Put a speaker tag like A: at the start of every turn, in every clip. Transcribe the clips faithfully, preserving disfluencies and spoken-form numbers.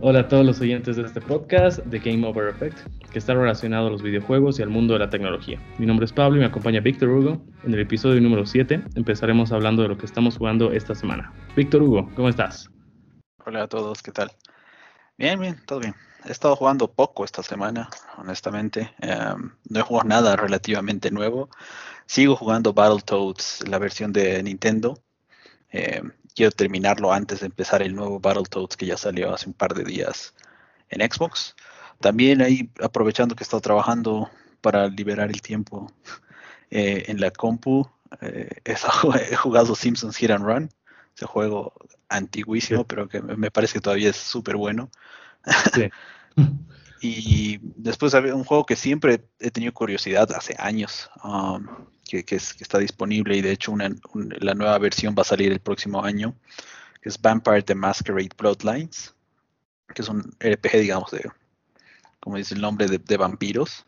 A: Hola a todos los oyentes de este podcast de Game Over Effect, que está relacionado a los videojuegos y al mundo de la tecnología. Mi nombre es Pablo y me acompaña Víctor Hugo. En el episodio número siete empezaremos hablando de lo que estamos jugando esta semana. Víctor Hugo, ¿cómo estás?
B: Hola a todos, ¿qué tal? Bien, bien, todo bien. He estado jugando poco esta semana, honestamente. Um, no he jugado nada relativamente nuevo. Sigo jugando Battletoads, la versión de Nintendo. Eh, quiero terminarlo antes de empezar el nuevo Battletoads que ya salió hace un par de días en Xbox. También ahí, aprovechando que he estado trabajando para liberar el tiempo eh, en la compu, eh, he, he jugado Simpsons Hit and Run, ese juego antiguísimo, pero que me parece que todavía es súper bueno.
A: Sí.
B: Y después había un juego que siempre he tenido curiosidad hace años, um, que, que, es, que está disponible y de hecho una, un, la nueva versión va a salir el próximo año, que es Vampire the Masquerade Bloodlines, que es un R P G, digamos, de, como dice el nombre, de, de vampiros.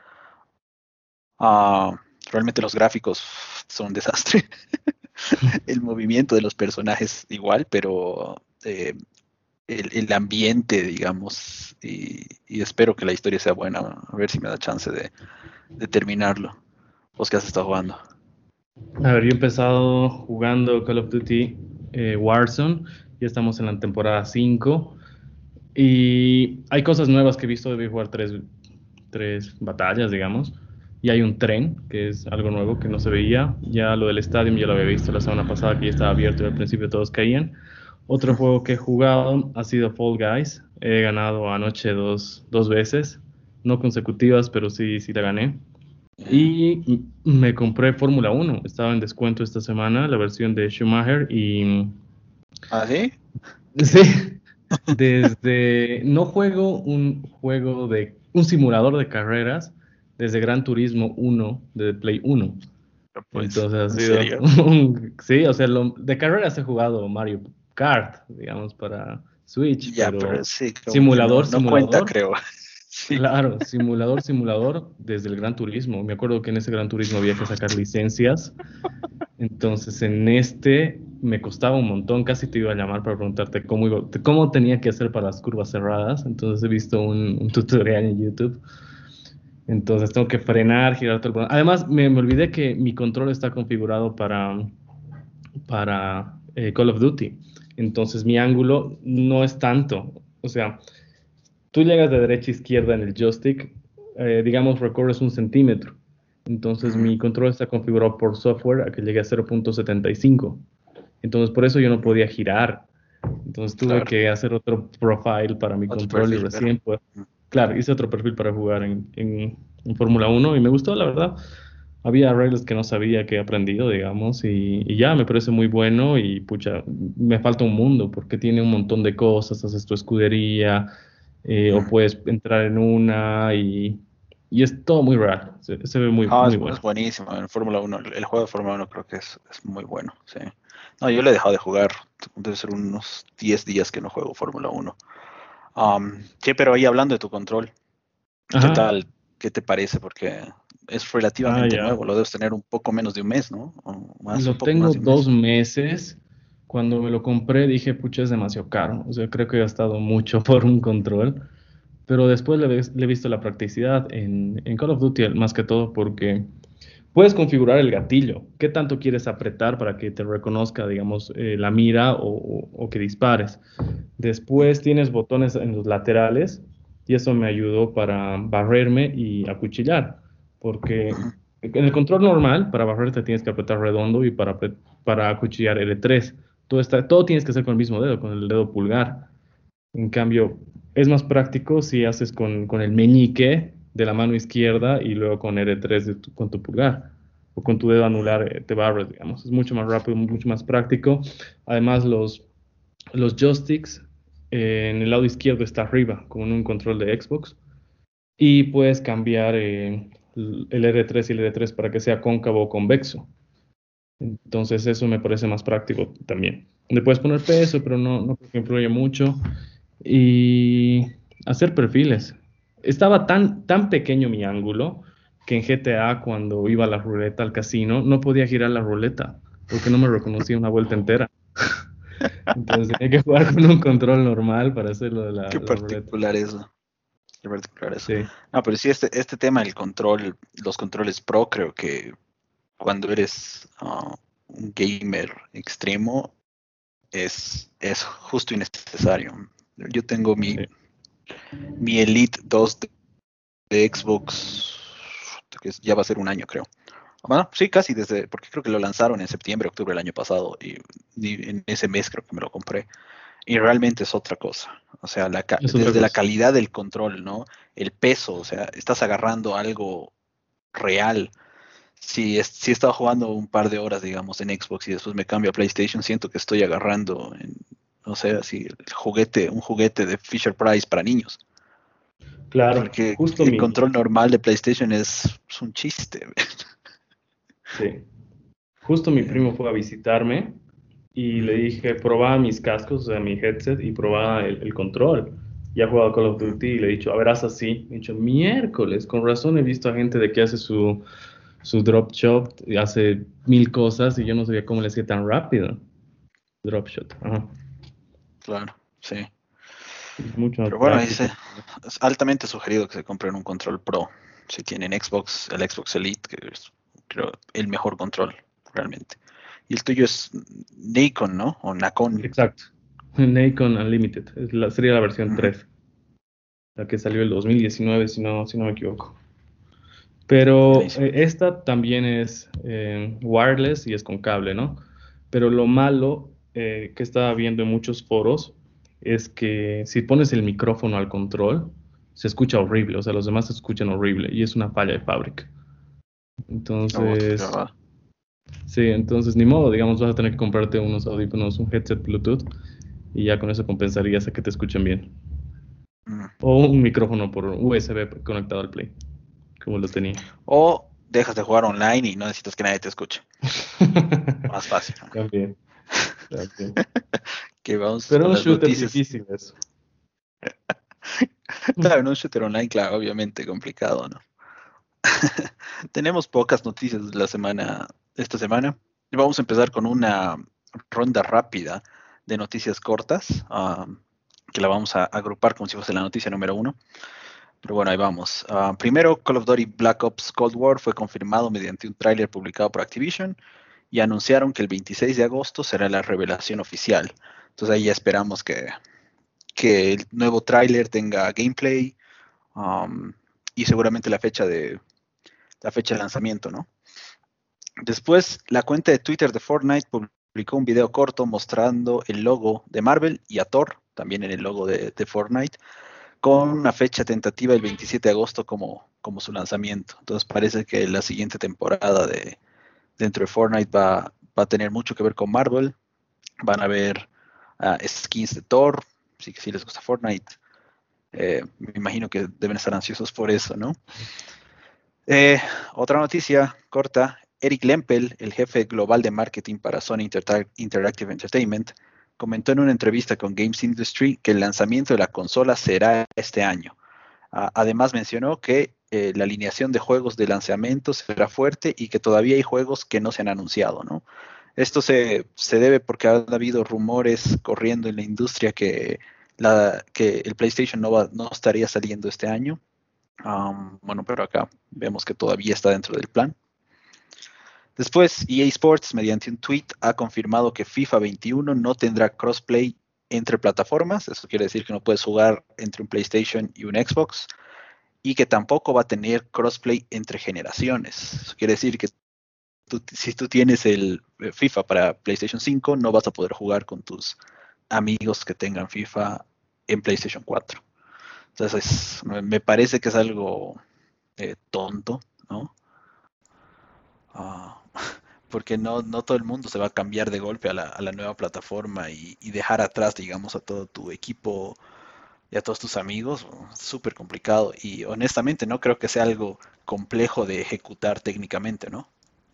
B: Uh, realmente los gráficos son un desastre. El movimiento de los personajes igual, pero eh, el, el ambiente, digamos, y, y espero que la historia sea buena. A ver si me da chance de, de terminarlo. ¿Vos qué has estado jugando?
A: A ver, yo he empezado jugando Call of Duty eh, Warzone, ya estamos en la temporada cinco y hay cosas nuevas que he visto. Debí jugar tres, tres batallas, digamos, y hay un tren, que es algo nuevo que no se veía. Ya lo del estadio ya lo había visto la semana pasada, que ya estaba abierto y al principio todos caían. Otro juego que he jugado ha sido Fall Guys. He ganado anoche dos, dos veces, no consecutivas, pero sí, sí la gané. Y me compré Fórmula uno, estaba en descuento esta semana, la versión de Schumacher, y
B: ¿Ah, sí?
A: sí, desde, no juego un juego de, un simulador de carreras, desde Gran Turismo uno, de Play uno.
B: Pues,
A: Entonces ha
B: ¿en
A: sido,
B: serio?
A: un- sí, o sea, lo- de carreras he jugado Mario Kart, digamos, para Switch,
B: Ya, pero
A: pero
B: sí, como que no,
A: simulador,
B: no cuenta,
A: simulador.
B: creo. Sí.
A: Claro, simulador, simulador, desde el Gran Turismo. Me acuerdo que en ese Gran Turismo había que sacar licencias. Entonces, en este me costaba un montón. Casi te iba a llamar para preguntarte cómo iba, cómo tenía que hacer para las curvas cerradas. Entonces, he visto un, un tutorial en YouTube. Entonces, tengo que frenar, girar todo el volante. Además, me, me olvidé que mi control está configurado para, para eh, Call of Duty. Entonces, mi ángulo no es tanto. O sea, tú llegas de derecha a izquierda en el joystick, eh, digamos, recorres un centímetro. Entonces
B: Mm,
A: mi control está configurado por software a que llegue a cero punto setenta y cinco. Entonces por eso yo no podía girar. Entonces tuve
B: claro,
A: que hacer otro profile para mi
B: otro
A: control y
B: perfil, claro.
A: recién, pues,
B: Mm.
A: claro, hice otro perfil para jugar en, en, en Fórmula uno y me gustó, la verdad. Había reglas que no sabía que he aprendido, digamos, y, y ya me parece muy bueno y pucha, me falta un mundo porque tiene un montón de cosas, haces tu escudería, eh, o
B: Mm.
A: puedes entrar en una y, y es todo muy real, se, se ve muy,
B: Ah,
A: muy
B: es, es
A: bueno.
B: buenísimo. En Fórmula uno, el, el juego de Fórmula uno creo que es, es muy bueno, sí. No, yo le he dejado de jugar. Debe ser unos diez días que no juego Fórmula uno. Um, sí, pero ahí hablando de tu control, ¿qué
A: Ajá,
B: tal? ¿Qué te parece? Porque es
A: ah,
B: relativamente
A: ya.
B: nuevo, lo debes tener un poco menos de un mes, ¿no? O más, un
A: Lo
B: poco
A: tengo
B: más de un mes.
A: dos meses. Cuando me lo compré dije, pucha, es demasiado caro. O sea, creo que he gastado mucho por un control. Pero después le, ves- le he visto la practicidad en, en Call of Duty, más que todo porque puedes configurar el gatillo. ¿Qué tanto quieres apretar para que te reconozca, digamos, eh, la mira o, o- o que dispares? Después tienes botones en los laterales y eso me ayudó para barrerme y acuchillar. Porque
B: Ujú.
A: en el control normal, para barrerte tienes que apretar redondo y para, apre- para acuchillar L tres. Todo, está, todo tienes que hacer con el mismo dedo, con el dedo pulgar. En cambio, es más práctico si haces con, con el meñique de la mano izquierda y luego con R tres de tu- con tu pulgar o con tu dedo anular, eh, te barres, digamos. Es mucho más rápido, mucho más práctico. Además, los, los joysticks eh, en el lado izquierdo está arriba, con un control de Xbox. Y puedes cambiar eh, el R tres y el R tres para que sea cóncavo o convexo. Entonces, eso me parece más práctico también. Le puedes poner peso, pero no, no creo que influye mucho. Y hacer perfiles. Estaba tan, tan pequeño mi ángulo que en G T A, cuando iba a la ruleta al casino, no podía girar la ruleta porque no me reconocía una vuelta entera. Entonces tenía que jugar con un control normal para hacerlo de la,
B: Qué
A: la ruleta.
B: particular eso. Qué particular eso.
A: Sí,
B: No, pero sí, este, este tema del control, los controles pro, creo que cuando eres uh, un gamer extremo, es, es justo y necesario. Yo tengo mi,
A: sí.
B: mi Elite dos de, de Xbox, que ya va a ser un año, creo. Bueno, sí, casi desde, porque creo que lo lanzaron en septiembre, octubre del año pasado, y, y en ese mes creo que me lo compré. Y realmente es otra cosa. O sea, la,
A: Es otra
B: desde la
A: cosa.
B: calidad del control, ¿no? El peso, o sea, estás agarrando algo real. Si, es, si he estado jugando un par de horas, digamos, en Xbox y después me cambio a PlayStation, siento que estoy agarrando, en, no sé, así, el juguete, un juguete de Fisher Price para niños.
A: Claro,
B: Porque
A: justo
B: el
A: mi,
B: control normal de PlayStation es, es un chiste.
A: sí, justo mi primo fue a visitarme y le dije, probaba mis cascos, o sea, mi headset y probaba el, el control. Ya ha jugado Call of Duty y le he dicho, a ver, haz así. Me he dicho, miércoles, con razón he visto a gente de que hace su, su drop shot y hace mil cosas y yo no sabía cómo le hacía tan rápido. Drop shot, ajá.
B: Claro, sí.
A: Es mucho más
B: Pero bueno, es,
A: práctico.
B: eh, es altamente sugerido que se compren un control Pro. Si tienen Xbox, el Xbox Elite, que es, creo, el mejor control, realmente. Y el tuyo es Nikon, ¿no? O Nacon.
A: Exacto. Nikon Unlimited, es la, sería la versión
B: Ujú.
A: tres, la que salió el dos mil diecinueve, si no, si no me equivoco. Pero
B: Buenísimo.
A: eh, esta también es eh, wireless y es con cable, ¿no? Pero lo malo eh, que estaba viendo en muchos foros es que si pones el micrófono al control, se escucha horrible, o sea, los demás se escuchan horrible y es una falla de fábrica.
B: Oh, qué
A: Entonces,
B: va.
A: sí, entonces ni modo, digamos, vas a tener que comprarte unos audífonos, un headset Bluetooth y ya con eso compensarías a que te escuchen bien.
B: Mm.
A: O un micrófono por U S B conectado al Play, como lo tenía.
B: O dejas de jugar online y no necesitas que nadie te escuche. Más fácil, ¿no?
A: También, también.
B: Que vamos
A: Pero
B: con
A: un
B: las
A: shooter
B: noticias.
A: difícil eso.
B: Claro, en un shooter online, claro, obviamente complicado, ¿no? Tenemos pocas noticias de la semana, esta semana. Y vamos a empezar con una ronda rápida de noticias cortas, um, que la vamos a agrupar como si fuese la noticia número uno. Pero bueno, ahí vamos. Uh, primero, Call of Duty Black Ops Cold War fue confirmado mediante un tráiler publicado por Activision y anunciaron que el veintiséis de agosto será la revelación oficial. Entonces ahí ya esperamos que, que el nuevo tráiler tenga gameplay, um, y seguramente la fecha de la fecha de lanzamiento, ¿no? Después, la cuenta de Twitter de Fortnite publicó un video corto mostrando el logo de Marvel y a Thor, también en el logo de, de Fortnite, con una fecha tentativa el veintisiete de agosto como, como su lanzamiento. Entonces parece que la siguiente temporada de dentro de Fortnite va, va a tener mucho que ver con Marvel. Van a ver uh, skins de Thor, sí que sí les gusta Fortnite. Eh, me imagino que deben estar ansiosos por eso, ¿no? Eh, Otra noticia corta. Eric Lempel, el jefe global de marketing para Sony Inter Interactive Entertainment, comentó en una entrevista con Games Industry que el lanzamiento de la consola será este año. Uh, además mencionó que eh, la alineación de juegos de lanzamiento será fuerte y que todavía hay juegos que no se han anunciado, ¿no? Esto se, se debe porque ha habido rumores corriendo en la industria que, la, que el PlayStation no, va, no estaría saliendo este año. Um, bueno, pero acá vemos que todavía está dentro del plan. Después, E A Sports, mediante un tweet, ha confirmado que FIFA veintiuno no tendrá crossplay entre plataformas. Eso quiere decir que no puedes jugar entre un PlayStation y un Xbox. Y que tampoco va a tener crossplay entre generaciones. Eso quiere decir que tú, si tú tienes el FIFA para PlayStation cinco, no vas a poder jugar con tus amigos que tengan FIFA en PlayStation cuatro. Entonces, me parece que es algo eh, tonto, ¿no? Uh, porque no, no todo el mundo se va a cambiar de golpe a la, a la nueva plataforma y, y, dejar atrás, digamos, a todo tu equipo y a todos tus amigos. Súper complicado y honestamente no creo que sea algo complejo de ejecutar técnicamente, ¿no?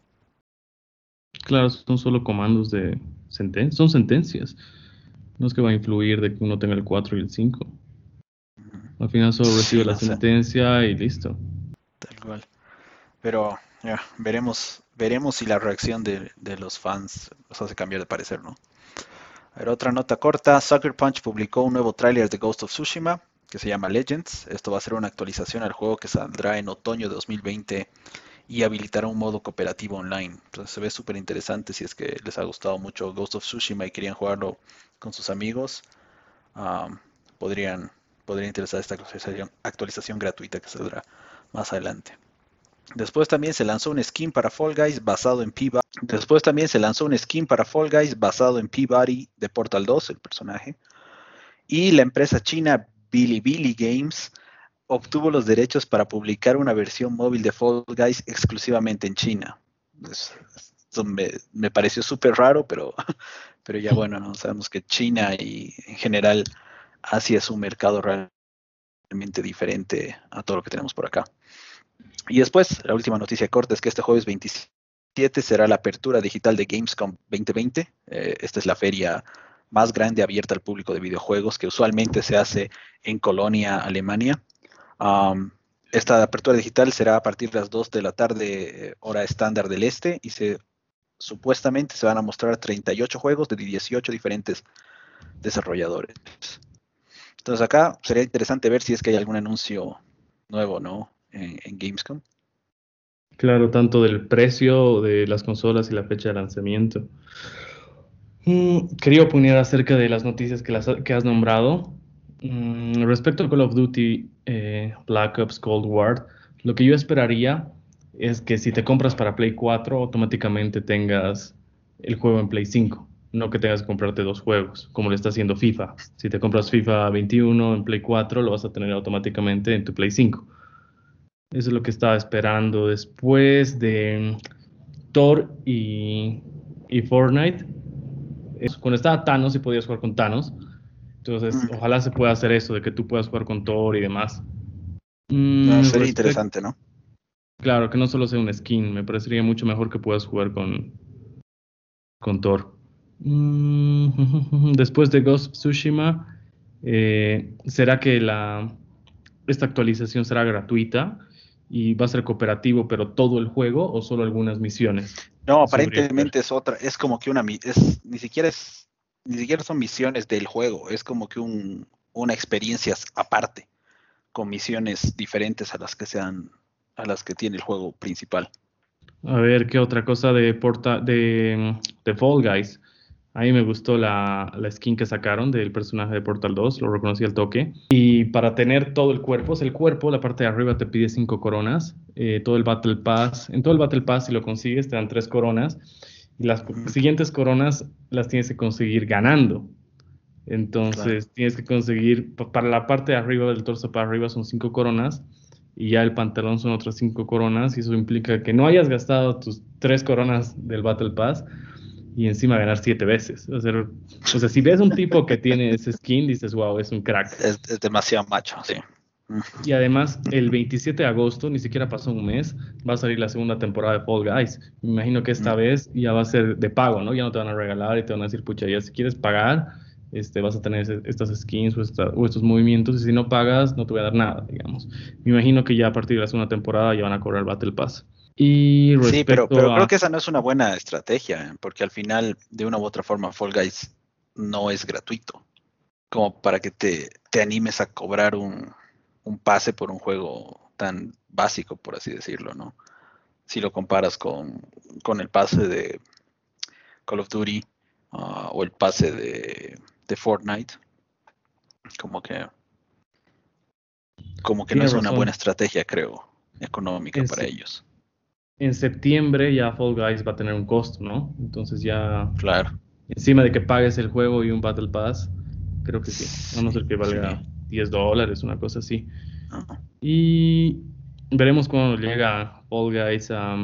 A: Claro, son solo comandos de sentencias, son sentencias. No es que va a influir de que uno tenga el cuatro y el cinco. Al final solo recibe
B: Sí,
A: la
B: no sé,
A: sentencia y listo.
B: tal cual. Pero ya, veremos, veremos si la reacción de, de los fans los hace cambiar de parecer, ¿no? A ver, otra nota corta. Sucker Punch publicó un nuevo tráiler de Ghost of Tsushima que se llama Legends. Esto va a ser una actualización al juego que saldrá en otoño de dos mil veinte y habilitará un modo cooperativo online. Entonces se ve súper interesante si es que les ha gustado mucho Ghost of Tsushima y querían jugarlo con sus amigos. Um, podrían, podría interesar esta actualización, actualización gratuita que saldrá más adelante. Después también se lanzó un skin para Fall Guys basado en P-Body. Después también se lanzó un skin para Fall Guys basado en P-Body de Portal dos, el personaje. Y la empresa china Bilibili Games obtuvo los derechos para publicar una versión móvil de Fall Guys exclusivamente en China. Pues, esto me, me pareció súper raro, pero, pero ya bueno, ¿no? Sabemos que China y en general Asia es un mercado realmente diferente a todo lo que tenemos por acá. Y después, la última noticia corta es que este jueves veintisiete será la apertura digital de Gamescom veinte veinte. Eh, esta es la feria más grande abierta al público de videojuegos que usualmente se hace en Colonia, Alemania. Um, esta apertura digital será a partir de las dos de la tarde, eh, hora estándar del este, y se, supuestamente se van a mostrar treinta y ocho juegos de dieciocho diferentes desarrolladores. Entonces acá sería interesante ver si es que hay algún anuncio nuevo, ¿no? En, en Gamescom.
A: Claro, tanto del precio de las consolas y la fecha de lanzamiento. Mm, quería opinar acerca de las noticias que, las, que has nombrado. Mm, respecto a Call of Duty eh, Black Ops Cold War, lo que yo esperaría es que si te compras para Play cuatro, automáticamente tengas el juego en Play cinco. No que tengas que comprarte dos juegos, como lo está haciendo FIFA. Si te compras FIFA veintiuno en Play cuatro, lo vas a tener automáticamente en tu Play cinco. Eso es lo que estaba esperando. Después de Thor y, y Fortnite, es- cuando estaba Thanos y podías jugar con Thanos. Entonces,
B: Mm.
A: ojalá se pueda hacer eso, de que tú puedas jugar con Thor y demás.
B: No,
A: Mm,
B: sería
A: respect-
B: interesante, ¿no?
A: claro, que no solo sea un skin, me parecería mucho mejor que puedas jugar con, con Thor. Mm, después de Ghost of Tsushima, eh, ¿será que la, esta actualización será gratuita y va a ser cooperativo, pero todo el juego o solo algunas misiones?
B: No,
A: Eso habría que ver.
B: aparentemente es otra, es como que una, mi- es, ni siquiera es, ni siquiera son misiones del juego, es como que un, una experiencia aparte, con misiones diferentes a las que sean, a las que tiene el juego principal.
A: A ver, ¿qué otra cosa de, Porta de, de Fall Guys? A mí me gustó la, la skin que sacaron del personaje de Portal dos, lo reconocí al toque. Y para tener todo el cuerpo, o sea, el cuerpo, la parte de arriba te pide cinco coronas. Eh, todo el Battle Pass, en todo el Battle Pass, si lo consigues, te dan tres coronas. Y las
B: Mm,
A: siguientes coronas las tienes que conseguir ganando.
B: claro.
A: Entonces tienes que conseguir, pa- para la parte de arriba del torso para arriba son cinco coronas y ya el pantalón son otras cinco coronas y eso implica que no hayas gastado tus tres coronas del Battle Pass y encima ganar siete veces. O sea, o sea, si ves un tipo que tiene ese skin, dices, wow, es un crack.
B: Es, es demasiado macho, sí. Mm.
A: Y además, el veintisiete de agosto, ni siquiera pasó un mes, va a salir la segunda temporada de Fall Guys. Me imagino que esta
B: Mm.
A: vez ya va a ser de pago, ¿no? Ya no te van a regalar y te van a decir, pucha, ya si quieres pagar, este, vas a tener ese- estas skins o, esta- o estos movimientos, y si no pagas, no te voy a dar nada, digamos. Me imagino que ya a partir de la segunda temporada ya van a cobrar Battle Pass. Y
B: Sí, pero, pero
A: respecto
B: creo
A: a...
B: que esa no es una buena estrategia, ¿eh? Porque al final, de una u otra forma, Fall Guys no es gratuito, como para que te, te animes a cobrar un, un pase por un juego tan básico, por así decirlo, ¿no? Si lo comparas con, con el pase de Call of Duty, uh, o el pase de, de Fortnite, como que, como que no
A: Tienes
B: es una buena
A: razón.
B: estrategia, creo, económica
A: En,
B: para
A: se-
B: ellos.
A: en septiembre ya Fall Guys va a tener un costo, ¿no? Entonces ya,
B: Claro.
A: encima de que pagues el juego y un Battle Pass, creo que sí. A no
B: Sí,
A: ser que
B: sí.
A: valga diez dólares, una cosa así.
B: Uh,
A: Y veremos cuando llega Fall Guys a,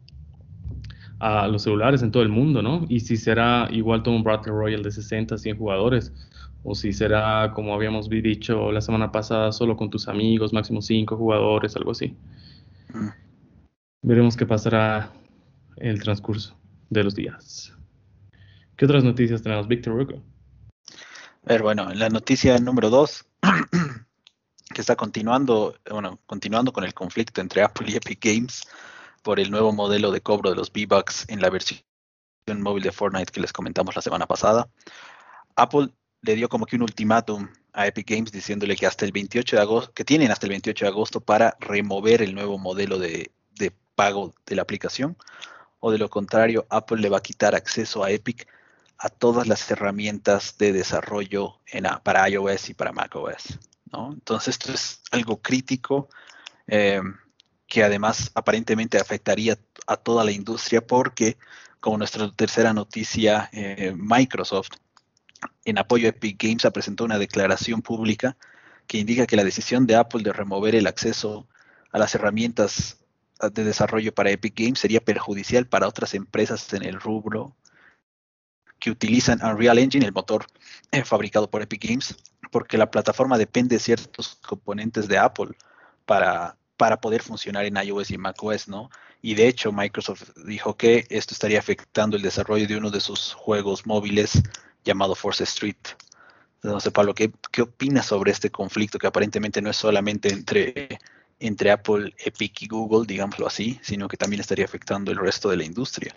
A: a los celulares en todo el mundo, ¿no? Y si será igual todo un Battle Royale de sesenta, cien jugadores, o si será, como habíamos vi- dicho la semana pasada, solo con tus amigos, máximo cinco jugadores, algo así.
B: uh.
A: Veremos qué pasará en el transcurso de los días. ¿Qué otras noticias tenemos, Víctor Hugo?
B: A ver, bueno, en la noticia número dos, que está continuando, bueno, continuando con el conflicto entre Apple y Epic Games por el nuevo modelo de cobro de los V-Bucks en la versión móvil de Fortnite que les comentamos la semana pasada. Apple le dio como que un ultimátum a Epic Games diciéndole que hasta el veintiocho de agosto, que tienen hasta el veintiocho de agosto para remover el nuevo modelo de, de pago de la aplicación, o de lo contrario, Apple le va a quitar acceso a Epic a todas las herramientas de desarrollo en, para iOS y para macOS, ¿no? Entonces esto es algo crítico, eh, que además aparentemente afectaría a toda la industria porque, como nuestra tercera noticia, eh, Microsoft, en apoyo a Epic Games, presentó una declaración pública que indica que la decisión de Apple de remover el acceso a las herramientas de desarrollo para Epic Games sería perjudicial para otras empresas en el rubro que utilizan Unreal Engine, el motor eh, fabricado por Epic Games, porque la plataforma depende de ciertos componentes de Apple para, para poder funcionar en iOS y macOS, ¿no? Y de hecho, Microsoft dijo que esto estaría afectando el desarrollo de uno de sus juegos móviles llamado Force Street. Entonces, Pablo, ¿qué, ¿qué opinas sobre este conflicto que aparentemente no es solamente entre, entre Apple, Epic y Google, digámoslo así, sino que también estaría afectando el resto de la industria?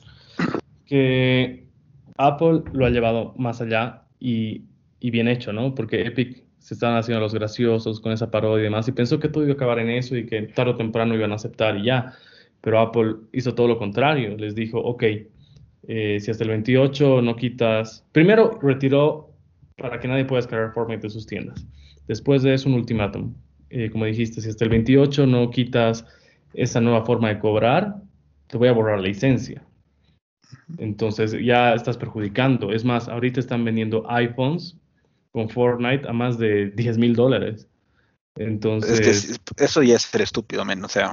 A: Que Apple lo ha llevado más allá y, y bien hecho, ¿no? Porque Epic se estaban haciendo los graciosos con esa parodia y demás, y pensó que todo iba a acabar en eso y que tarde o temprano iban a aceptar y ya. Pero Apple hizo todo lo contrario. Les dijo, ok, eh, si hasta el veintiocho no quitas... Primero retiró para que nadie pueda descargar Fortnite de sus tiendas. Después de eso, un ultimátum. Eh, como dijiste, si hasta el veintiocho no quitas esa nueva forma de cobrar, te voy a borrar la licencia. Entonces ya estás perjudicando. Es más, ahorita están vendiendo iPhones con Fortnite a más de diez mil dólares.
B: Es que
A: Entonces,
B: eso ya es ser estúpido, men. O sea,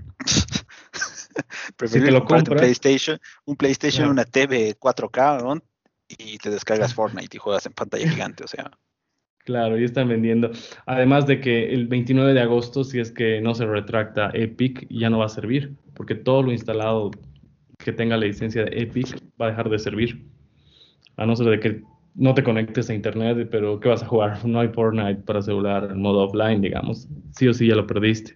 A: si te
B: preferible
A: lo
B: comprarte un
A: compras,
B: PlayStation, un PlayStation,
A: claro,
B: una T V cuatro K, ¿no? Y te descargas Fortnite y juegas en pantalla gigante. O sea,
A: claro, ya están vendiendo. Además de que el veintinueve de agosto, si es que no se retracta Epic, ya no va a servir, porque todo lo instalado que tenga la licencia de Epic va a dejar de servir. A no ser de que no te conectes a internet, pero ¿qué vas a jugar? No hay Fortnite para celular en modo offline, digamos. Sí o sí ya lo perdiste.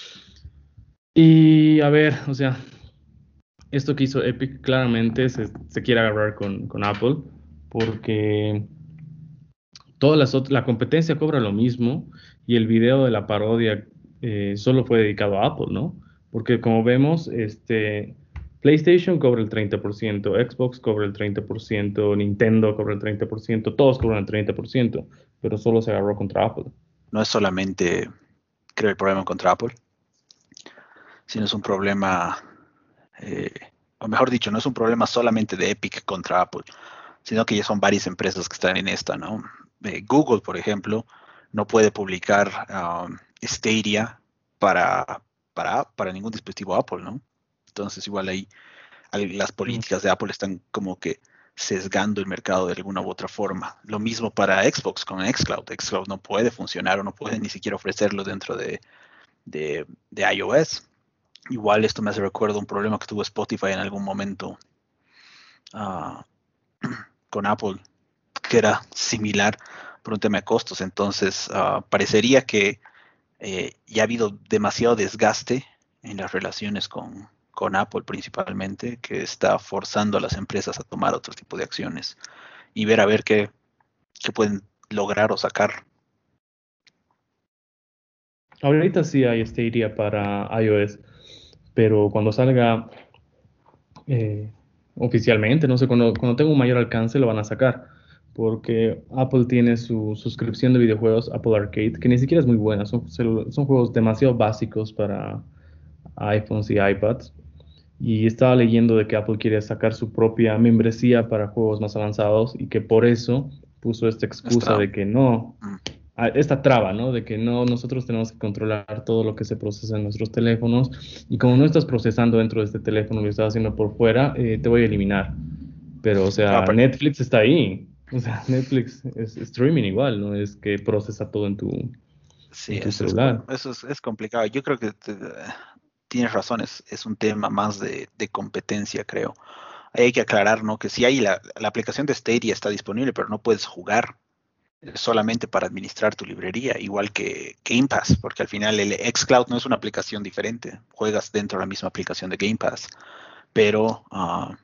A: Y a ver, o sea, esto que hizo Epic claramente se, se quiere agarrar con, con Apple, porque todas las ot- la competencia cobra lo mismo y el video de la parodia eh, solo fue dedicado a Apple, ¿no? Porque como vemos, este, PlayStation cobra el treinta por ciento, Xbox cobra el treinta por ciento, Nintendo cobra el treinta por ciento, todos cobran el treinta por ciento, pero solo se agarró contra Apple.
B: no es solamente, creo, el problema contra Apple, sino es un problema, eh, o mejor dicho, no es un problema solamente de Epic contra Apple, sino que ya son varias empresas que están en esta, ¿no? Eh, Google, por ejemplo, no puede publicar um, Stadia para, para, para ningún dispositivo Apple, ¿no? Entonces, igual ahí las
A: Mm.
B: políticas de Apple están como que sesgando el mercado de alguna u otra forma. Lo mismo para Xbox con Xcloud. Xcloud no puede funcionar o no puede ni siquiera ofrecerlo dentro de, de, de iOS. Igual esto me hace recuerdo un problema que tuvo Spotify en algún momento uh, con Apple, que era similar por un tema de costos. Entonces, uh, parecería que eh, ya ha habido demasiado desgaste en las relaciones con, con Apple principalmente, que está forzando a las empresas a tomar otro tipo de acciones y ver a ver qué, qué pueden lograr o sacar.
A: Ahorita sí hay Stadia para iOS, pero cuando salga eh, oficialmente, no sé, cuando, cuando tenga un mayor alcance lo van a sacar, porque Apple tiene su suscripción de videojuegos, Apple Arcade, que ni siquiera es muy buena, son, celu- son juegos demasiado básicos para iPhones y iPads. Y estaba leyendo de que Apple quiere sacar su propia membresía para juegos más avanzados y que por eso puso esta excusa
B: Está,
A: de que no,
B: mm,
A: a- esta traba, ¿no? De que no, nosotros tenemos que controlar todo lo que se procesa en nuestros teléfonos y como no estás procesando dentro de este teléfono, lo estás haciendo por fuera, eh, te voy a eliminar. Pero, o
B: claro,
A: sea,
B: pero,
A: Netflix está ahí. O sea, Netflix es streaming igual, ¿no? Es que procesa todo en tu,
B: sí,
A: en tu
B: eso es,
A: celular.
B: eso es, es complicado. Yo creo que te, tienes razón, es, es un tema más de, de competencia, creo. Ahí hay que aclarar, ¿no? Que sí hay la, la aplicación de Stadia está disponible, pero no puedes jugar solamente para administrar tu librería, igual que Game Pass, porque al final el xCloud no es una aplicación diferente, juegas dentro de la misma aplicación de Game Pass, pero uh,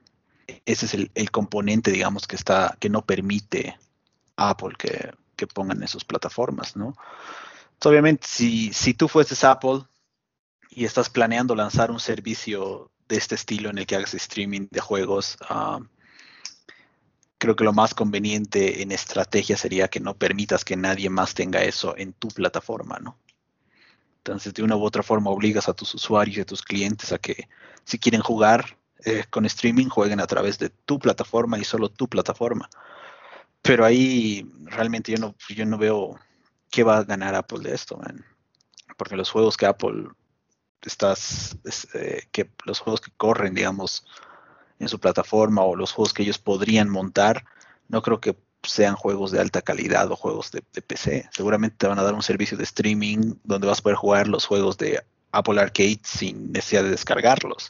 B: ese es el, el componente, digamos, que está, que no permite a Apple que, que pongan en sus plataformas, ¿no? Entonces, obviamente, si, si tú fueses Apple y estás planeando lanzar un servicio de este estilo en el que hagas streaming de juegos, uh, creo que lo más conveniente en estrategia sería que no permitas que nadie más tenga eso en tu plataforma, ¿no? Entonces, de una u otra forma, obligas a tus usuarios y a tus clientes a que, si quieren jugar eh, con streaming, jueguen a través de tu plataforma y solo tu plataforma. Pero ahí realmente yo no, yo no veo qué va a ganar Apple de esto, man. Porque los juegos que Apple estás, es, eh, que los juegos que corren, digamos, en su plataforma o los juegos que ellos podrían montar, no creo que sean juegos de alta calidad o juegos de, de P C. Seguramente te van a dar un servicio de streaming donde vas a poder jugar los juegos de Apple Arcade sin necesidad de descargarlos.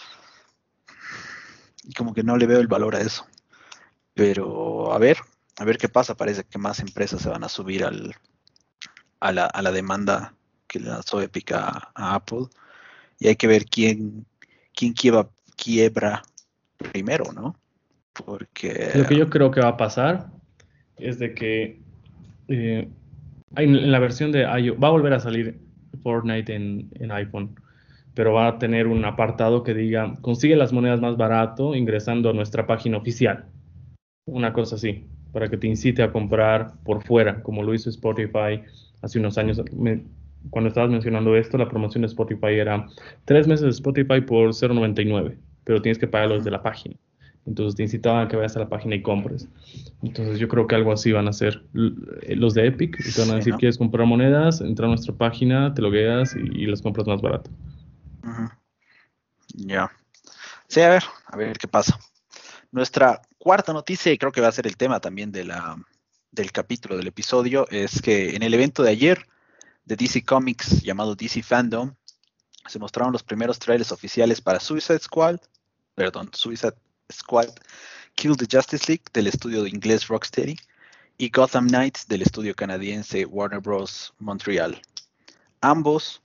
B: Y como que no le veo el valor a eso. Pero a ver, a ver qué pasa. Parece que más empresas se van a subir al, a, la, a la demanda que le lanzó Epic a, a Apple. Y hay que ver quién, quién quiebra, quiebra primero, ¿no? Porque...
A: Lo que yo creo que va a pasar es de que eh, en la versión de iOS va a volver a salir Fortnite en, en iPhone, pero va a tener un apartado que diga, consigue las monedas más barato ingresando a nuestra página oficial. Una cosa así, para que te incite a comprar por fuera, como lo hizo Spotify hace unos años. Me- cuando estabas mencionando esto, la promoción de Spotify era tres meses de Spotify por cero noventa y nueve, pero tienes que pagarlo desde la página. Entonces te incitaban a que vayas a la página y compres. Entonces yo creo que algo así van a hacer l- los de Epic. Y te van a
B: sí,
A: decir,
B: ¿no?
A: ¿quieres comprar monedas? Entra a nuestra página, te logueas y, y las compras más barato.
B: Uh-huh. Ya. Yeah. Sí, a ver, a ver qué pasa. Nuestra cuarta noticia, y creo que va a ser el tema también de la, del capítulo, del episodio, es que en el evento de ayer de D C Comics llamado D C Fandom, se mostraron los primeros trailers oficiales para Suicide Squad, perdón, Suicide Squad, Kill the Justice League del estudio de inglés Rocksteady y Gotham Knights del estudio canadiense Warner Bros. Montreal. Ambos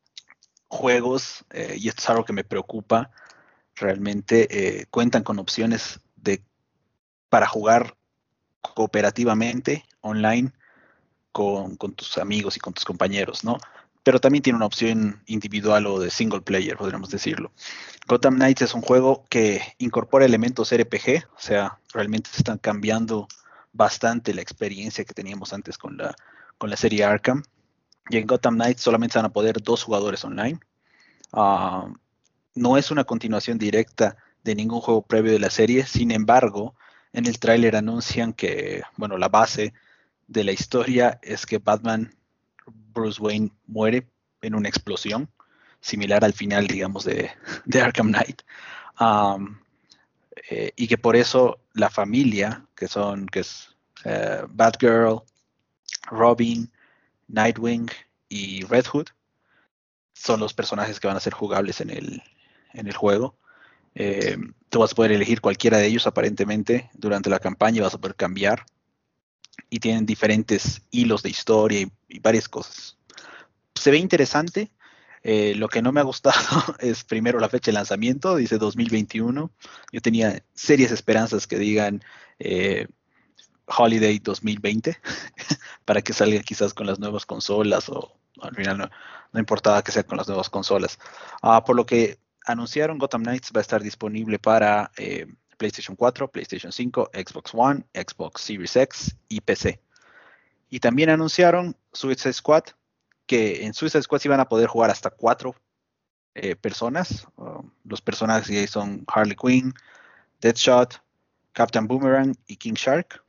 B: juegos, eh, y esto es algo que me preocupa, realmente eh, cuentan con opciones de, para jugar cooperativamente online con, con, tus amigos y con tus compañeros, ¿no? Pero también tiene una opción individual o de single player, podríamos decirlo. Gotham Knights es un juego que incorpora elementos R P G, o sea, realmente se están cambiando bastante la experiencia que teníamos antes con la, con la serie Arkham. Y en Gotham Knights solamente se van a poder dos jugadores online. Uh, no es una continuación directa de ningún juego previo de la serie, sin embargo, en el tráiler anuncian que, bueno, la base de la historia es que Batman, Bruce Wayne, muere en una explosión, similar al final, digamos, de, de Arkham Knight. Um, eh, y que por eso la familia, que son, que es uh, Batgirl, Robin, Nightwing y Red Hood, son los personajes que van a ser jugables en el, en el juego. Eh, tú vas a poder elegir cualquiera de ellos aparentemente durante la campaña y vas a poder cambiar. Y tienen diferentes hilos de historia y, y varias cosas. Se ve interesante. Eh, lo que no me ha gustado es primero la fecha de lanzamiento, dice dos mil veintiuno. Yo tenía serias esperanzas que digan eh, Holiday dos mil veinte para que salga quizás con las nuevas consolas o al final no, no importaba que sea con las nuevas consolas. Uh, por lo que anunciaron, Gotham Knights va a estar disponible para eh, PlayStation cuatro, PlayStation cinco, Xbox One, Xbox Series X y P C. Y también anunciaron Suicide Squad, que en Suicide Squad sí van a poder jugar hasta cuatro eh, personas. Uh, los personajes son Harley Quinn, Deadshot, Captain Boomerang y King Shark.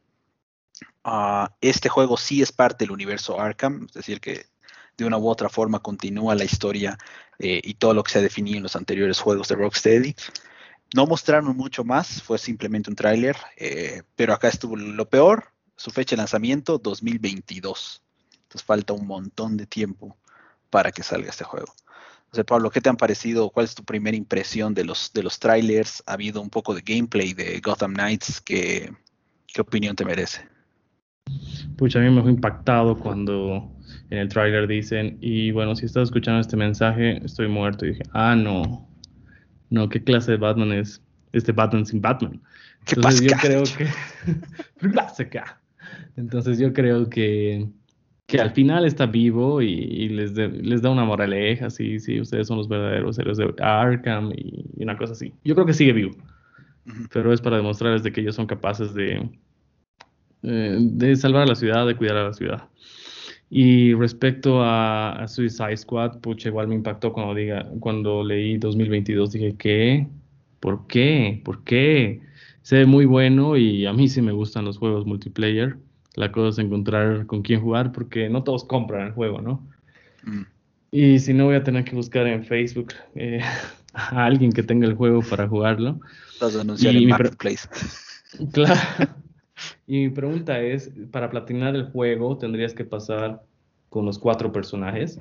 B: Uh, este juego sí es parte del universo Arkham, es decir, que de una u otra forma continúa la historia eh, y todo lo que se ha definido en los anteriores juegos de Rocksteady. No mostraron mucho más, fue simplemente un tráiler, eh, pero acá estuvo lo peor, su fecha de lanzamiento dos mil veintidós. Entonces falta un montón de tiempo para que salga este juego. O sea, Pablo, ¿qué te han parecido? ¿Cuál es tu primera impresión de los, de los trailers? ¿Ha habido un poco de gameplay de Gotham Knights? ¿Qué, qué opinión te merece?
A: Pucha, a mí me fue impactado cuando en el tráiler dicen, y bueno, si estás escuchando este mensaje, estoy muerto. Y dije, ah, no, no, ¿qué clase de Batman es? este Batman sin Batman.
B: ¿Qué
A: Entonces
B: pasa
A: yo
B: acá?
A: creo que... ¿Qué pasa acá? Entonces yo creo que, que al final está vivo y, y les, de- les da una moraleja, sí, sí, ustedes son los verdaderos héroes de Arkham y, y una cosa así. Yo creo que sigue vivo,
B: Ujú.
A: pero es para demostrarles de que ellos son capaces de, eh, de salvar a la ciudad, de cuidar a la ciudad. Y respecto a, a Suicide Squad, pucha, igual me impactó cuando, diga, cuando leí dos mil veintidós, dije, ¿qué? ¿Por qué? ¿Por qué? Se ve muy bueno y a mí sí me gustan los juegos multiplayer. La cosa es encontrar con quién jugar porque no todos compran el juego, ¿no?
B: Mm.
A: Y si no, voy a tener que buscar en Facebook eh, a alguien que tenga el juego para jugarlo.
B: Vas a anunciar en
A: Y mi, pre-
B: Marketplace.
A: claro, y mi pregunta es, para platinar el juego, ¿tendrías que pasar con los cuatro personajes?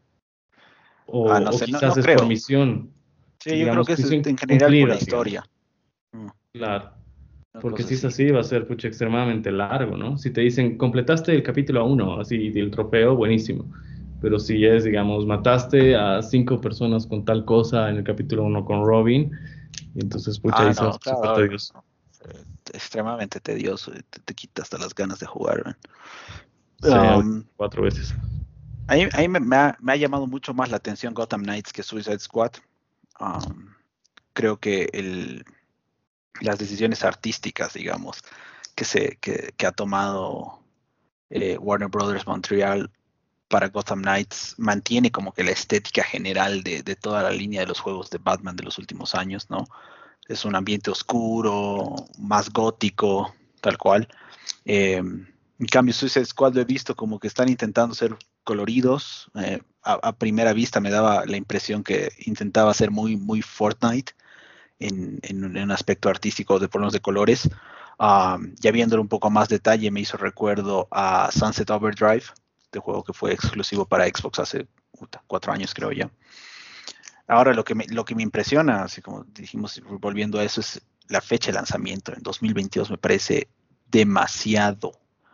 B: Ah, no
A: O, o
B: sé, no,
A: quizás
B: no
A: es por
B: creo.
A: misión,
B: Sí, yo creo
A: digamos,
B: que es
A: misión
B: en general por la
A: cumplida, digamos.
B: historia. Mm,
A: Claro.
B: una
A: Porque
B: cosa
A: si es
B: así.
A: así, va a ser pucha, extremadamente largo, ¿no? Si te dicen, completaste el capítulo uno, así, del trofeo, buenísimo. Pero si es, digamos, mataste a cinco personas con tal cosa en el capítulo uno con Robin, y entonces, pucha,
B: Ah,
A: ahí se va a
B: no,
A: hacer súper
B: claro.
A: tedioso.
B: eh, Extremadamente tedioso. y Te, te quita hasta las ganas de jugar.
A: Sí,
B: Um,
A: cuatro veces.
B: a mí, a mí me, me ha, me ha llamado mucho más la atención Gotham Knights que Suicide Squad. Um, creo que el, las decisiones artísticas, digamos, que, se, que, que ha tomado eh, Warner Brothers Montreal para Gotham Knights mantiene como que la estética general de, de toda la línea de los juegos de Batman de los últimos años, ¿no? Es un ambiente oscuro, más gótico, tal cual. Eh, en cambio, Suicide Squad lo he visto como que están intentando ser coloridos. Eh, a, a, primera vista me daba la impresión que intentaba ser muy, muy Fortnite en, en, en un aspecto artístico de por de colores. Um, ya viéndolo un poco más detalle, me hizo recuerdo a Sunset Overdrive, de juego que fue exclusivo para Xbox hace puta, cuatro años, creo ya. Ahora, lo que, me, lo que me impresiona, así como dijimos, volviendo a eso, es la fecha de lanzamiento. En dos mil veintidós me parece demasiado.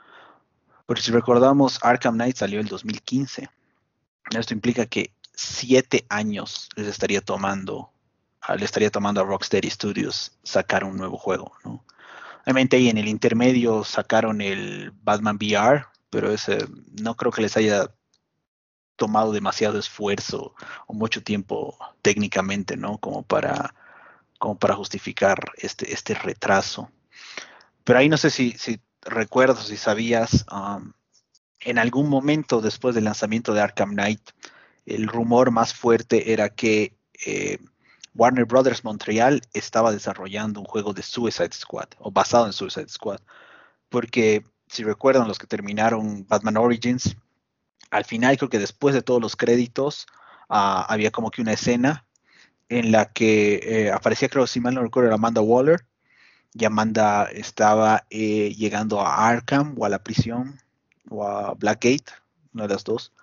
B: Porque si recordamos, Arkham Knight salió en el dos mil quince. Esto implica que siete años les estaría tomando, le estaría tomando a Rocksteady Studios sacar un nuevo juego, ¿no? Obviamente ahí en el intermedio sacaron el Batman V R, pero ese no creo que les haya tomado demasiado esfuerzo o mucho tiempo técnicamente, ¿no? Como para, como para justificar este, este retraso. Pero ahí no sé si, si recuerdas, si sabías, um, en algún momento después del lanzamiento de Arkham Knight, el rumor más fuerte era que eh, Warner Brothers Montreal estaba desarrollando un juego de Suicide Squad o basado en Suicide Squad. Porque si recuerdan los que terminaron Batman Origins, al final creo que después de todos los créditos uh, había como que una escena en la que eh, aparecía, creo, si mal no recuerdo, Amanda Waller, y Amanda estaba eh, llegando a Arkham o a la prisión o a Blackgate, una de las dos,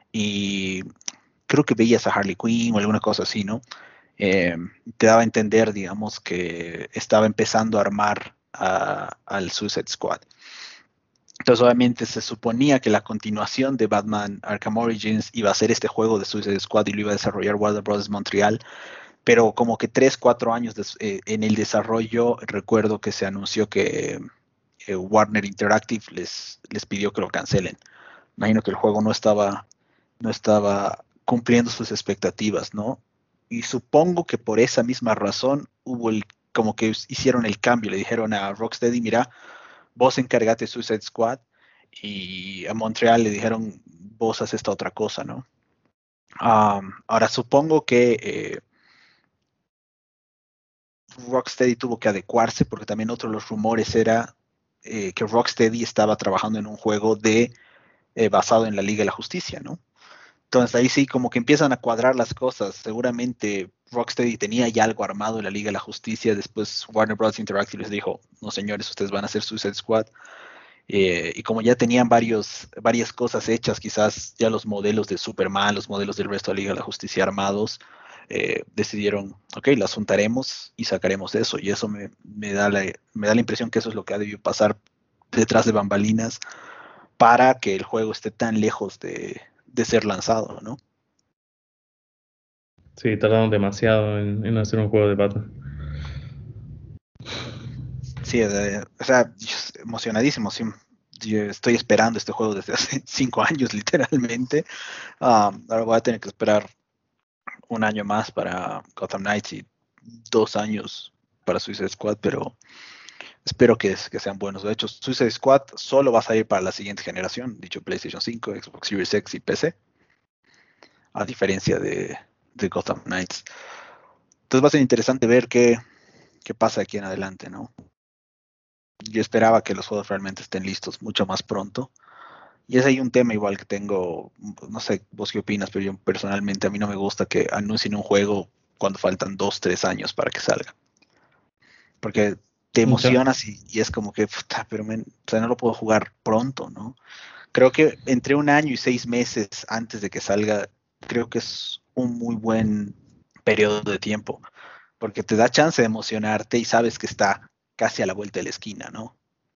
B: y creo que veías a Harley Quinn o alguna cosa así, ¿no? Eh, te daba a entender, digamos, que estaba empezando a armar a, al Suicide Squad. Entonces, obviamente, se suponía que la continuación de Batman Arkham Origins iba a ser este juego de Suicide Squad y lo iba a desarrollar Warner Bros. Montreal, pero como que tres, cuatro años de, eh, en el desarrollo, recuerdo que se anunció que eh, Warner Interactive les, les pidió que lo cancelen. Imagino que el juego no estaba, no estaba cumpliendo sus expectativas, ¿no? Y supongo que por esa misma razón hubo el, como que hicieron el cambio, le dijeron a Rocksteady, mira, vos encargate de Suicide Squad, y a Montreal le dijeron, vos haces esta otra cosa, ¿no? Um, ahora supongo que eh, Rocksteady tuvo que adecuarse, porque también otro de los rumores era eh, que Rocksteady estaba trabajando en un juego de eh, basado en la Liga de la Justicia, ¿no? Entonces ahí sí como que empiezan a cuadrar las cosas. Seguramente Rocksteady tenía ya algo armado en la Liga de la Justicia. Después Warner Bros. Interactive les dijo, no señores, ustedes van a hacer Suicide Squad. Eh, y como ya tenían varios, varias cosas hechas, quizás ya los modelos de Superman, los modelos del resto de la Liga de la Justicia armados, eh, decidieron, ok, las juntaremos y sacaremos eso. Y eso me, me, da la, me da la impresión que eso es lo que ha debido pasar detrás de bambalinas para que el juego esté tan lejos de, de ser lanzado, ¿no?
A: Sí, tardaron demasiado en, en hacer un juego de Batman.
B: Sí, eh, o sea, emocionadísimo. Sí, yo estoy esperando este juego desde hace cinco años, literalmente. Um, ahora voy a tener que esperar un año más para Gotham Knights y dos años para Suicide Squad, pero espero que, que sean buenos. De hecho, Suicide Squad solo va a salir para la siguiente generación, dicho PlayStation cinco, Xbox Series X y P C, a diferencia de, de Gotham Knights. Entonces va a ser interesante ver qué, qué pasa aquí en adelante, ¿no? Yo esperaba que los juegos realmente estén listos mucho más pronto. Y es ahí un tema igual que tengo, no sé vos qué opinas, pero yo personalmente a mí no me gusta que anuncien un juego cuando faltan dos, tres años para que salga. Porque te
A: Mucha-
B: emocionas y, y es como que, puta, pero men, o sea, no lo puedo jugar pronto, ¿no? Creo que entre un año y seis meses antes de que salga, creo que es un muy buen periodo de tiempo, porque te da chance de emocionarte y sabes que está casi a la vuelta de la esquina, ¿no?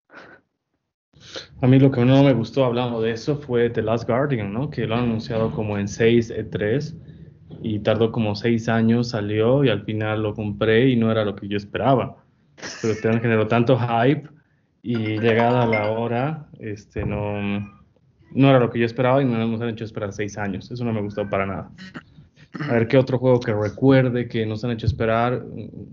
A: A mí lo que no me gustó hablando de eso fue The Last Guardian, ¿no? Que lo han anunciado como en seis E tres y tardó como seis años, salió y al final lo compré y no era lo que yo esperaba. Pero te han generado tanto hype y llegada a la hora, este, no, no era lo que yo esperaba y no nos han hecho esperar seis años. Eso no me gustó para nada. A ver, ¿qué otro juego que recuerde que nos han hecho esperar?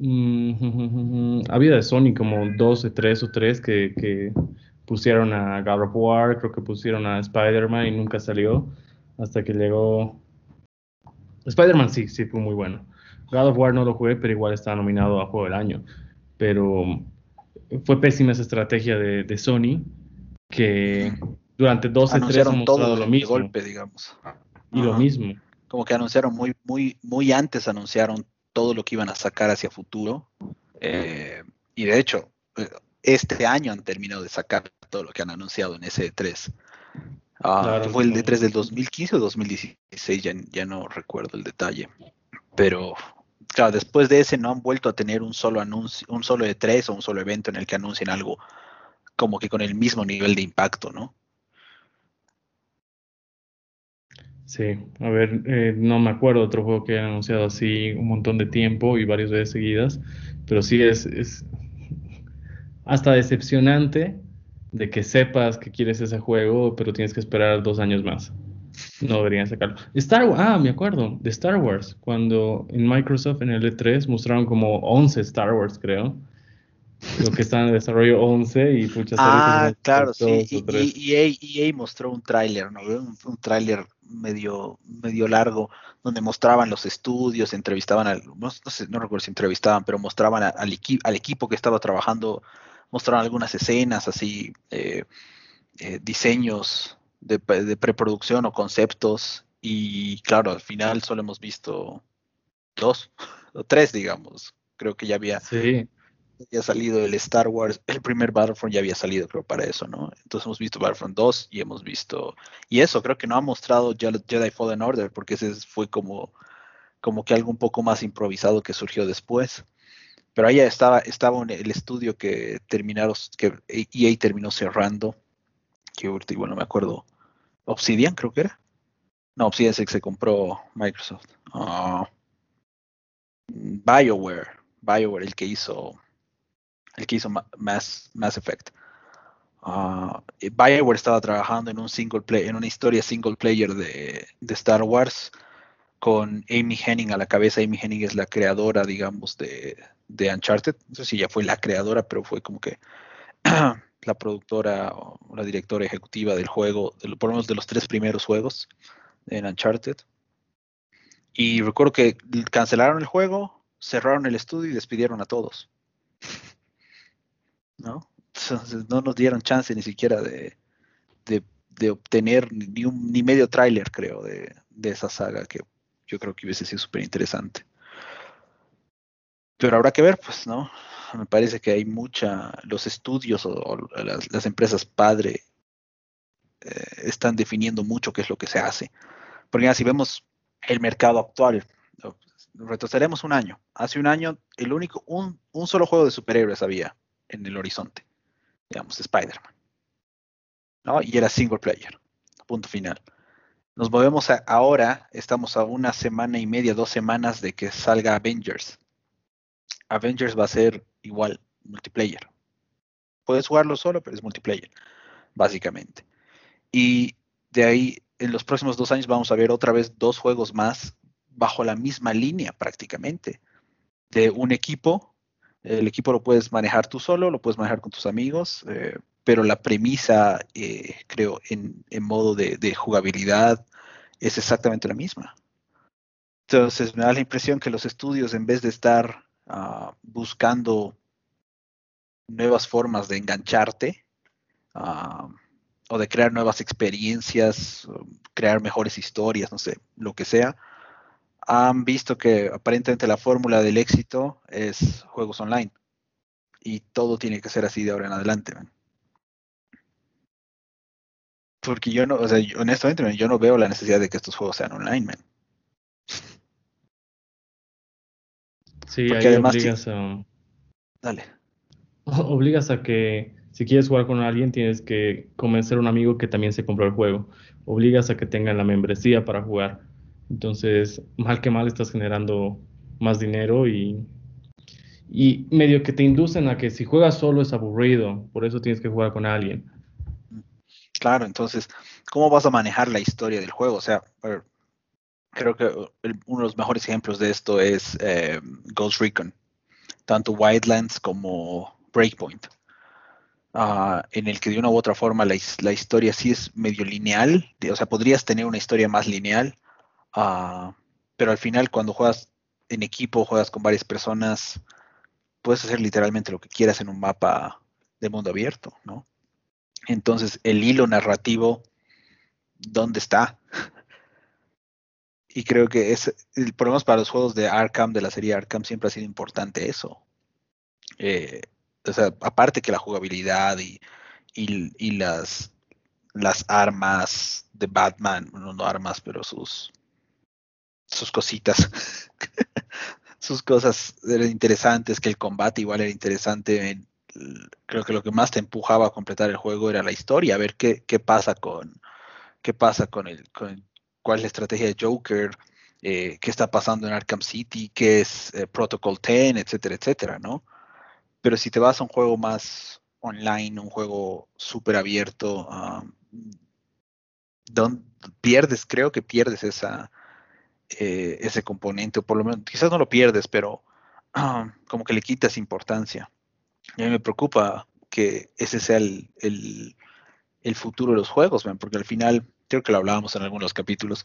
A: Mm, había de Sony como dos, o tres o tres que, que pusieron a God of War, creo que pusieron a Spider-Man y nunca salió hasta que llegó. Spider-Man sí, sí fue muy bueno. God of War no lo jugué, pero igual estaba nominado a Juego del Año. Pero fue pésima esa estrategia de, de Sony, que durante dos E tres han
B: Anunciaron todo
A: mostrado
B: de,
A: lo
B: de
A: mismo
B: golpe, digamos.
A: y lo
B: Ajá.
A: mismo.
B: Como que anunciaron muy, muy, muy antes anunciaron todo lo que iban a sacar hacia futuro. Eh, y de hecho, eh, este año han terminado de sacar todo lo que han anunciado en ese E tres. Uh, que
A: Claro,
B: fue el
A: no.
B: E tres del dos mil quince o dos mil dieciséis, ya, ya no recuerdo el detalle. Pero claro, después de ese no han vuelto a tener un solo anuncio, un solo E tres o un solo evento en el que anuncien algo como que con el mismo nivel de impacto, ¿no?
A: Sí, a ver, eh, no me acuerdo de otro juego que hayan anunciado así un montón de tiempo y varias veces seguidas, pero sí es, es hasta decepcionante de que sepas que quieres ese juego, pero tienes que esperar dos años más. No deberían sacarlo. Star Wars, ah, me acuerdo, de Star Wars, cuando en Microsoft en el E tres mostraron como once Star Wars, creo. Creo que estaban en desarrollo once y pucha, salió que
B: Ah,
A: somos
B: claro, sí.
A: dos o
B: Y,
A: tres.
B: y, EA, E A mostró un tráiler, ¿no? Un, un tráiler medio, medio largo, donde mostraban los estudios, entrevistaban al, no, no sé, no recuerdo si entrevistaban, pero mostraban a- al, equi- al equipo que estaba trabajando, mostraron algunas escenas, así, eh, eh, diseños de, pre- de preproducción o conceptos. Y claro, al final solo hemos visto dos o tres, digamos. Creo que ya había
A: Sí,
B: había salido el Star Wars, el primer Battlefront ya había salido, creo, para eso, ¿no? Entonces hemos visto Battlefront dos y hemos visto, y eso, creo que no ha mostrado Jedi Fallen Order, porque ese fue como, como que algo un poco más improvisado que surgió después. Pero ahí estaba, estaba el estudio que terminaron, que E A terminó cerrando, que ahorita igual no me acuerdo, Obsidian creo que era. No, Obsidian es el que se compró Microsoft. Uh, BioWare, BioWare, el que hizo, el que hizo Mass, Mass Effect. Uh, BioWare estaba trabajando en un single play, en una historia single player de, de Star Wars con Amy Hennig a la cabeza. Amy Hennig es la creadora, digamos, de, de Uncharted. No sé si ya fue la creadora, pero fue como que la productora o la directora ejecutiva del juego, de, por lo menos de los tres primeros juegos en Uncharted. Y recuerdo que cancelaron el juego, cerraron el estudio y despidieron a todos, ¿no? Entonces no nos dieron chance ni siquiera de, de, de obtener ni, un, ni medio tráiler, creo, de, de, esa saga que yo creo que hubiese sido súper interesante. Pero habrá que ver, pues, ¿no? Me parece que hay mucha, los estudios o, o las, las, empresas padre eh, están definiendo mucho qué es lo que se hace. Porque ya si vemos el mercado actual, retrocederemos un año. Hace un año, el único, un, un solo juego de superhéroes había en el horizonte, digamos, Spider-Man, ¿no? Y era single player, punto final. Nos movemos a, ahora, estamos a una semana y media, dos semanas de que salga Avengers. Avengers va a ser igual, multiplayer. Puedes jugarlo solo, pero es multiplayer, básicamente. Y de ahí, en los próximos dos años vamos a ver otra vez dos juegos más bajo la misma línea prácticamente, de un equipo. El equipo lo puedes manejar tú solo, lo puedes manejar con tus amigos, eh, pero la premisa, eh, creo, en, en modo de, de jugabilidad es exactamente la misma. Entonces me da la impresión que los estudios, en vez de estar uh, buscando nuevas formas de engancharte, uh, o de crear nuevas experiencias, crear mejores historias, no sé, lo que sea, han visto que aparentemente la fórmula del éxito es juegos online. Y todo tiene que ser así de ahora en adelante, man. Porque yo no, o sea, yo, honestamente, man, yo no veo la necesidad de que estos juegos sean online, man.
A: Sí,
B: Porque
A: ahí
B: además,
A: obligas a,
B: dale.
A: obligas a que si quieres jugar con alguien tienes que convencer a un amigo que también se compró el juego. Obligas a que tengan la membresía para jugar. Entonces, mal que mal estás generando más dinero y, y medio que te inducen a que si juegas solo es aburrido, por eso tienes que jugar con alguien.
B: Claro, entonces, ¿cómo vas a manejar la historia del juego? O sea, a ver, creo que el, uno de los mejores ejemplos de esto es eh, Ghost Recon, tanto Wildlands como Breakpoint, uh, en el que de una u otra forma la, la, historia sí es medio lineal, o sea, podrías tener una historia más lineal, uh, pero al final cuando juegas en equipo, juegas con varias personas, puedes hacer literalmente lo que quieras en un mapa de mundo abierto, ¿no? Entonces, el hilo narrativo, ¿dónde está? Y creo que es, por lo menos para los juegos de Arkham, de la serie Arkham, siempre ha sido importante eso. Eh, o sea, aparte que la jugabilidad y, y, y las, las armas de Batman, no, no armas, pero sus, sus cositas, sus cosas eran interesantes, que el combate igual era interesante. Creo que lo que más te empujaba a completar el juego era la historia, a ver qué, qué pasa con, qué pasa con el, con cuál es la estrategia de Joker, eh, qué está pasando en Arkham City, qué es eh, Protocol diez, etcétera, etcétera, ¿no? Pero si te vas a un juego más online, un juego súper abierto, um, don, pierdes, creo que pierdes esa, eh, ese componente, o por lo menos, quizás no lo pierdes, pero um, como que le quitas importancia. Y a mí me preocupa que ese sea el, el, el futuro de los juegos, man, porque al final, creo que lo hablábamos en algunos capítulos,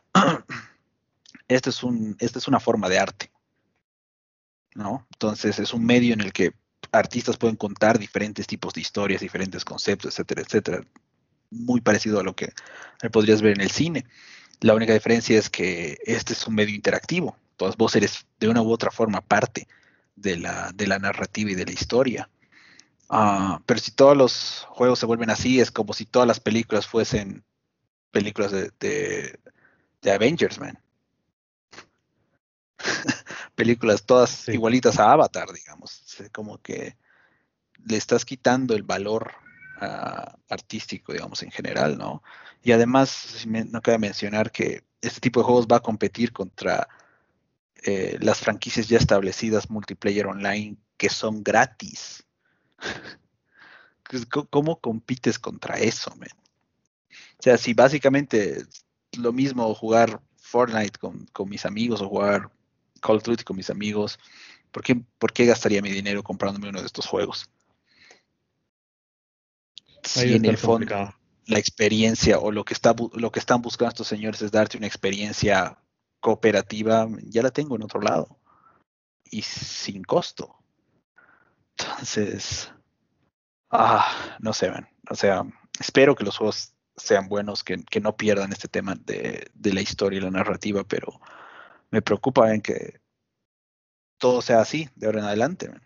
B: esto es, un, esta es una forma de arte, ¿no? Entonces es un medio en el que artistas pueden contar diferentes tipos de historias, diferentes conceptos, etcétera, etcétera. Muy parecido a lo que podrías ver en el cine. La única diferencia es que este es un medio interactivo. Entonces vos eres de una u otra forma parte de la, de la narrativa y de la historia. Uh, pero si todos los juegos se vuelven así, es como si todas las películas fuesen películas de, de, de Avengers, man. Películas todas
A: Sí.
B: igualitas a Avatar, digamos. Como que le estás quitando el valor uh, artístico, digamos, en general, ¿no? Y además, no cabe mencionar que este tipo de juegos va a competir contra eh, las franquicias ya establecidas multiplayer online que son gratis. ¿Cómo compites contra eso, man? O sea, si básicamente es lo mismo jugar Fortnite con, con mis amigos o jugar Call of Duty con mis amigos, ¿por qué, ¿por qué gastaría mi dinero comprándome uno de estos juegos?
A: Ahí va
B: Si
A: a
B: en el
A: estar
B: fondo
A: complicado.
B: la experiencia o lo que, está, lo que están buscando estos señores es darte una experiencia cooperativa, ya la tengo en otro lado y sin costo. Entonces, ah, no sé, man. O sea, espero que los juegos sean buenos, que, que no pierdan este tema de, de, la historia y la narrativa, pero me preocupa en que todo sea así de ahora en adelante, man.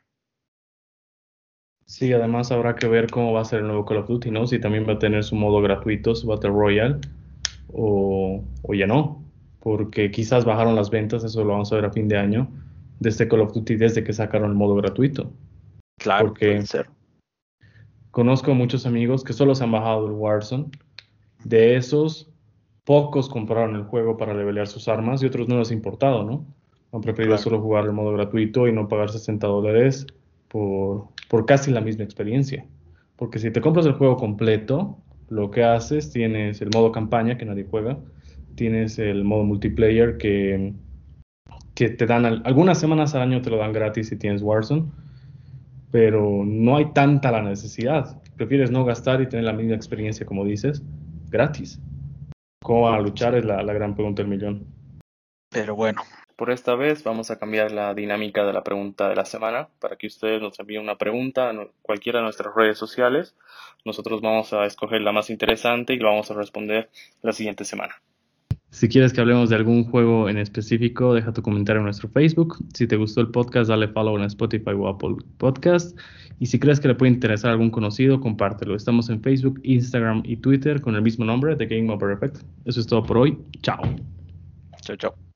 A: Sí, además habrá que ver cómo va a ser el nuevo Call of Duty, ¿no? Si también va a tener su modo gratuito, su Battle Royale, o, o ya no, porque quizás bajaron las ventas, eso lo vamos a ver a fin de año, de este Call of Duty desde que sacaron el modo gratuito,
B: Claro, puede
A: porque
B: ser.
A: conozco muchos amigos que solo se han bajado el Warzone, de esos, pocos compraron el juego para levelear sus armas y otros no les ha importado, ¿no? Han preferido
B: Claro.
A: solo jugar el modo gratuito y no pagar sesenta dólares por, por casi la misma experiencia. Porque si te compras el juego completo, lo que haces, tienes el modo campaña que nadie juega, tienes el modo multiplayer que, que te dan al- algunas semanas al año te lo dan gratis si tienes Warzone, pero no hay tanta la necesidad. Prefieres no gastar y tener la misma experiencia, como dices, gratis. ¿Cómo van a luchar? Es la, la gran pregunta del millón.
B: Pero bueno,
A: Por esta vez vamos a cambiar la dinámica de la pregunta de la semana para que ustedes nos envíen una pregunta a nu- cualquiera de nuestras redes sociales. Nosotros vamos a escoger la más interesante y lo vamos a responder la siguiente semana. Si quieres que hablemos de algún juego en específico, deja tu comentario en nuestro Facebook. Si te gustó el podcast, dale follow en Spotify o Apple Podcast. Y si crees que le puede interesar a algún conocido, compártelo. Estamos en Facebook, Instagram y Twitter con el mismo nombre, The Game Over Effect. Eso es todo por hoy. Chao.
B: chau, chau.